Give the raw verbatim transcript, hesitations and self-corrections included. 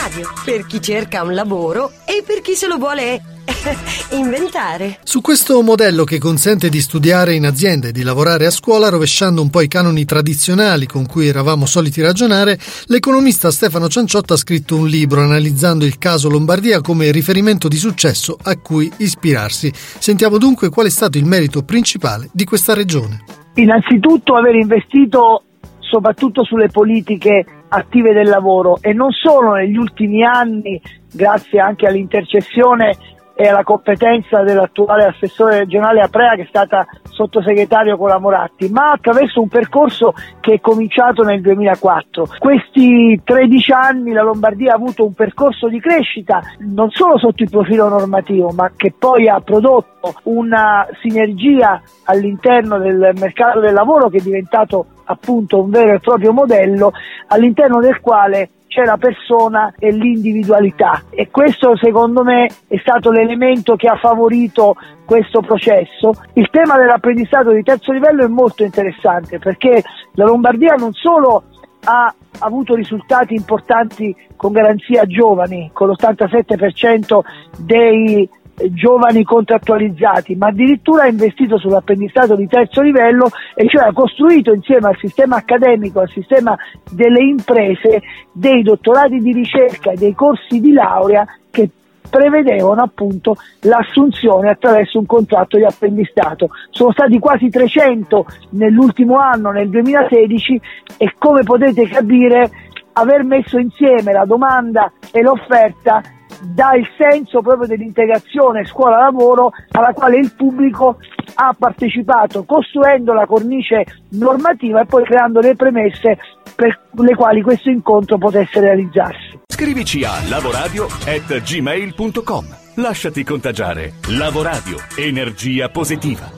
Radio, per chi cerca un lavoro e per chi se lo vuole inventare. Su questo modello che consente di studiare in azienda e di lavorare a scuola rovesciando un po' i canoni tradizionali con cui eravamo soliti ragionare, l'economista Stefano Cianciotta ha scritto un libro analizzando il caso Lombardia come riferimento di successo a cui ispirarsi. Sentiamo dunque qual è stato il merito principale di questa regione. Innanzitutto aver investito soprattutto sulle politiche attive del lavoro e non solo negli ultimi anni, grazie anche all'intercessione e alla competenza dell'attuale assessore regionale Aprea, che è stata sottosegretario con la Moratti, ma attraverso un percorso che è cominciato nel duemilaquattro. Questi tredici anni la Lombardia ha avuto un percorso di crescita non solo sotto il profilo normativo, ma che poi ha prodotto una sinergia all'interno del mercato del lavoro che è diventato appunto un vero e proprio modello, all'interno del quale c'è la persona e l'individualità, e questo secondo me è stato l'elemento che ha favorito questo processo. Il tema dell'apprendistato di terzo livello è molto interessante perché la Lombardia non solo ha avuto risultati importanti con Garanzia Giovani, con l'ottantasette per cento dei giovani contrattualizzati, ma addirittura ha investito sull'apprendistato di terzo livello, e cioè ha costruito insieme al sistema accademico, al sistema delle imprese, dei dottorati di ricerca e dei corsi di laurea che prevedevano appunto l'assunzione attraverso un contratto di apprendistato. Sono stati quasi trecento nell'ultimo anno, nel duemilasedici, e come potete capire aver messo insieme la domanda e l'offerta dà il senso proprio dell'integrazione scuola-lavoro alla quale il pubblico ha partecipato, costruendo la cornice normativa e poi creando le premesse per le quali questo incontro potesse realizzarsi. Scrivici a lavoradio at gmail punto com. Lasciati contagiare. Lavoradio, energia positiva.